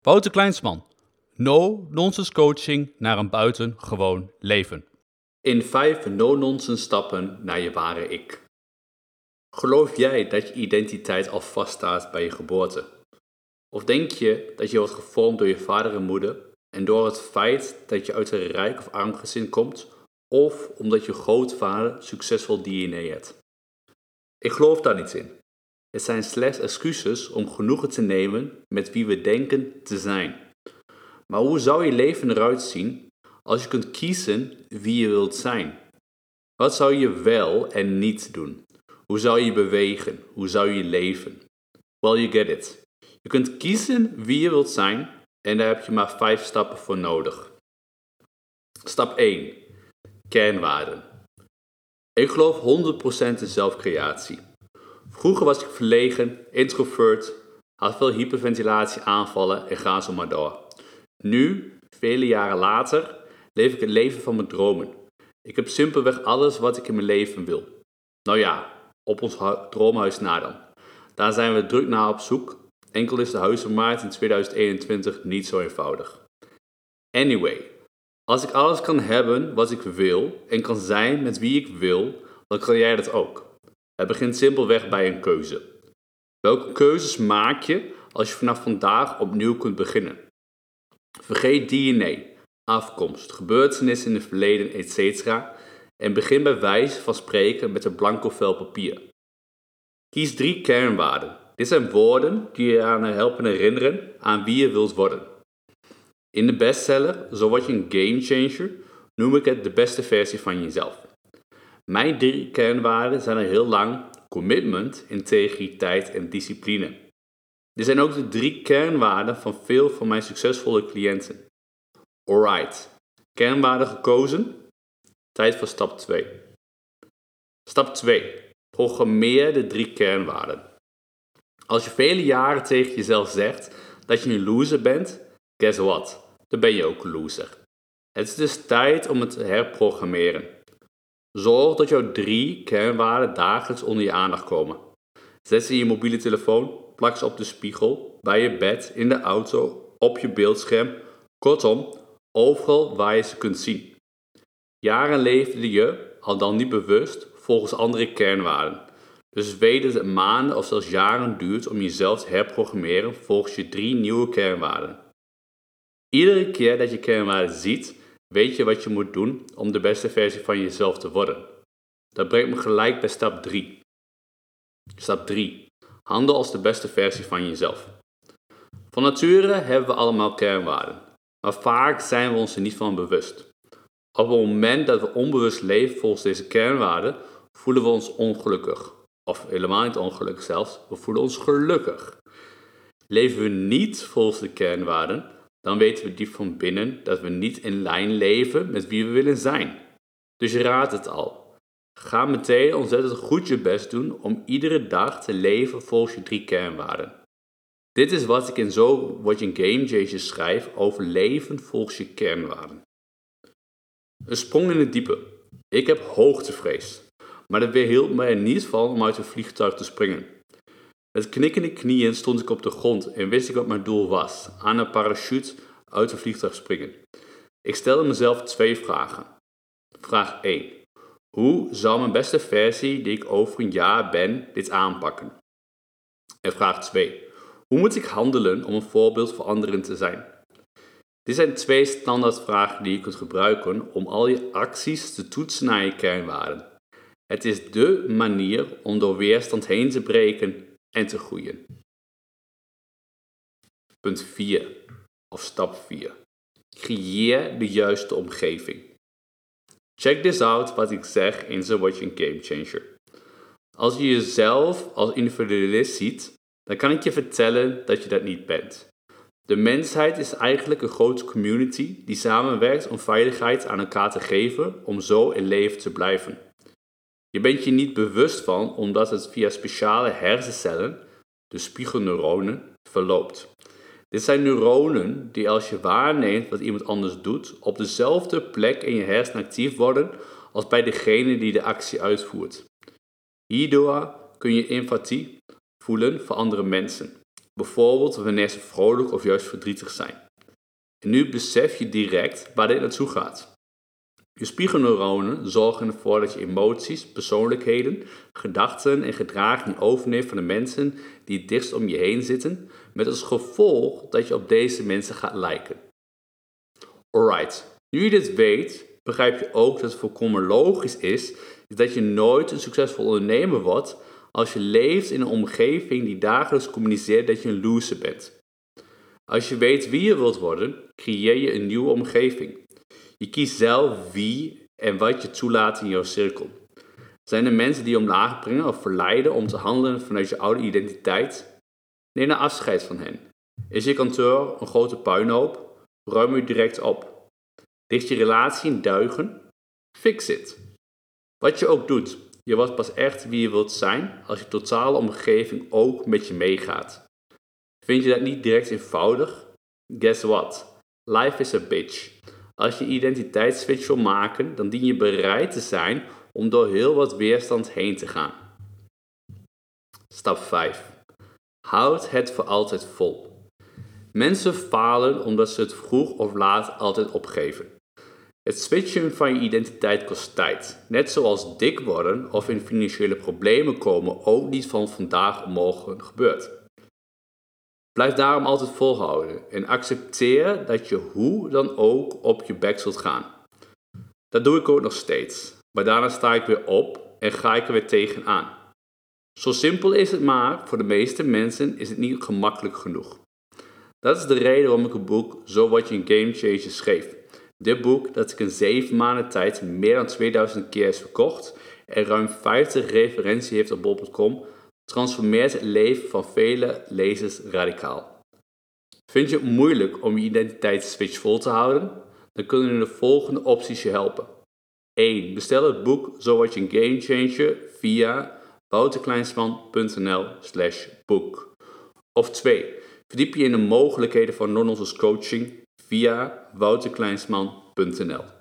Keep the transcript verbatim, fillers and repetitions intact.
Wouter Kleinsman. No-nonsense coaching naar een buitengewoon leven. In vijf no-nonsense stappen naar je ware ik. Geloof jij dat je identiteit al vaststaat bij je geboorte? Of denk je dat je wordt gevormd door je vader en moeder en door het feit dat je uit een rijk of arm gezin komt, of omdat je grootvader succesvol D N A hebt? Ik geloof daar niet in. Het zijn slechts excuses om genoegen te nemen met wie we denken te zijn. Maar hoe zou je leven eruit zien als je kunt kiezen wie je wilt zijn? Wat zou je wel en niet doen? Hoe zou je bewegen? Hoe zou je leven? Well, you get it. Je kunt kiezen wie je wilt zijn en daar heb je maar vijf stappen voor nodig. Stap één. Kernwaarden. Ik geloof honderd procent in zelfcreatie. Vroeger was ik verlegen, introvert, had veel hyperventilatieaanvallen en ga zo maar door. Nu, vele jaren later, leef ik het leven van mijn dromen. Ik heb simpelweg alles wat ik in mijn leven wil. Nou ja, op ons hu- droomhuis na dan. Daar zijn we druk naar op zoek. Enkel is de huizenmarkt in tweeduizend eenentwintig niet zo eenvoudig. Anyway, als ik alles kan hebben wat ik wil en kan zijn met wie ik wil, dan kan jij dat ook. Het begint simpelweg bij een keuze. Welke keuzes maak je als je vanaf vandaag opnieuw kunt beginnen? Vergeet D N A, afkomst, gebeurtenissen in het verleden, et cetera. En begin bij wijze van spreken met een blanco vel papier. Kies drie kernwaarden. Dit zijn woorden die je aan helpen herinneren aan wie je wilt worden. In de bestseller, Zo word je een gamechanger, noem ik het de beste versie van jezelf. Mijn drie kernwaarden zijn er heel lang: commitment, integriteit en discipline. Dit zijn ook de drie kernwaarden van veel van mijn succesvolle cliënten. Alright, kernwaarden gekozen? Tijd voor stap twee. Stap twee. Programmeer de drie kernwaarden. Als je vele jaren tegen jezelf zegt dat je een loser bent, guess what? Dan ben je ook een loser. Het is dus tijd om het te herprogrammeren. Zorg dat jouw drie kernwaarden dagelijks onder je aandacht komen. Zet ze in je mobiele telefoon, plak ze op de spiegel, bij je bed, in de auto, op je beeldscherm. Kortom, overal waar je ze kunt zien. Jaren leefde je, al dan niet bewust, volgens andere kernwaarden. Dus weet dat het maanden of zelfs jaren duurt om jezelf te herprogrammeren volgens je drie nieuwe kernwaarden. Iedere keer dat je kernwaarden ziet, weet je wat je moet doen om de beste versie van jezelf te worden. Dat brengt me gelijk bij stap drie. Stap drie. Handel als de beste versie van jezelf. Van nature hebben we allemaal kernwaarden, maar vaak zijn we ons er niet van bewust. Op het moment dat we onbewust leven volgens deze kernwaarden, voelen we ons ongelukkig. Of helemaal niet ongelukkig zelfs, we voelen ons gelukkig. Leven we niet volgens de kernwaarden, dan weten we diep van binnen dat we niet in lijn leven met wie we willen zijn. Dus je raadt het al. Ga meteen ontzettend goed je best doen om iedere dag te leven volgens je drie kernwaarden. Dit is wat ik in Zo word je een gamechanger schrijf over leven volgens je kernwaarden. Een sprong in het diepe. Ik heb hoogtevrees, maar dat weerhield mij er niet van om uit een vliegtuig te springen. Met knikkende knieën stond ik op de grond en wist ik wat mijn doel was: aan een parachute uit een vliegtuig springen. Ik stelde mezelf twee vragen. Vraag één. Hoe zal mijn beste versie die ik over een jaar ben dit aanpakken? En vraag twee. Hoe moet ik handelen om een voorbeeld voor anderen te zijn? Dit zijn twee standaardvragen die je kunt gebruiken om al je acties te toetsen naar je kernwaarden. Het is dé manier om door weerstand heen te breken en te groeien. Punt vier, of stap vier. Creëer de juiste omgeving. Check this out wat ik zeg in Zo word je een gamechanger. Als je jezelf als individualist ziet, dan kan ik je vertellen dat je dat niet bent. De mensheid is eigenlijk een grote community die samenwerkt om veiligheid aan elkaar te geven om zo in leven te blijven. Je bent je niet bewust van omdat het via speciale hersencellen, de spiegelneuronen, verloopt. Dit zijn neuronen die als je waarneemt wat iemand anders doet, op dezelfde plek in je hersenen actief worden als bij degene die de actie uitvoert. Hierdoor kun je empathie voelen voor andere mensen. Bijvoorbeeld wanneer ze vrolijk of juist verdrietig zijn. En nu besef je direct waar dit naartoe gaat. Je spiegelneuronen zorgen ervoor dat je emoties, persoonlijkheden, gedachten en gedragingen overneemt van de mensen die het dichtst om je heen zitten, met als gevolg dat je op deze mensen gaat lijken. Alright, nu je dit weet, begrijp je ook dat het volkomen logisch is dat je nooit een succesvol ondernemer wordt als je leeft in een omgeving die dagelijks communiceert dat je een loser bent. Als je weet wie je wilt worden, creëer je een nieuwe omgeving. Je kiest zelf wie en wat je toelaat in jouw cirkel. Zijn er mensen die je omlaag brengen of verleiden om te handelen vanuit je oude identiteit? Neem dan afscheid van hen. Is je kantoor een grote puinhoop? Ruim je direct op. Ligt je relatie in duigen? Fix it. Wat je ook doet, je wordt pas echt wie je wilt zijn als je totale omgeving ook met je meegaat. Vind je dat niet direct eenvoudig? Guess what? Life is a bitch. Als je identiteitsswitch wil maken, dan dien je bereid te zijn om door heel wat weerstand heen te gaan. Stap vijf. Houd het voor altijd vol. Mensen falen omdat ze het vroeg of laat altijd opgeven. Het switchen van je identiteit kost tijd. Net zoals dik worden of in financiële problemen komen ook niet van vandaag op morgen gebeurt. Blijf daarom altijd volhouden en accepteer dat je hoe dan ook op je bek zult gaan. Dat doe ik ook nog steeds, maar daarna sta ik weer op en ga ik er weer tegenaan. Zo simpel is het maar, voor de meeste mensen is het niet gemakkelijk genoeg. Dat is de reden waarom ik het boek Zo word je een gamechanger schreef. Dit boek, dat ik in zeven maanden tijd meer dan tweeduizend keer is verkocht en ruim vijftig referenties heeft op bol punt com, transformeert het leven van vele lezers radicaal. Vind je het moeilijk om je identiteitsswitch vol te houden? Dan kunnen de volgende opties je helpen. één. Bestel het boek Zo word je een gamechanger via wouterkleinsman.nl slash boek. Of twee. Verdiep je in de mogelijkheden van non-nonsense coaching via wouterkleinsman punt n l.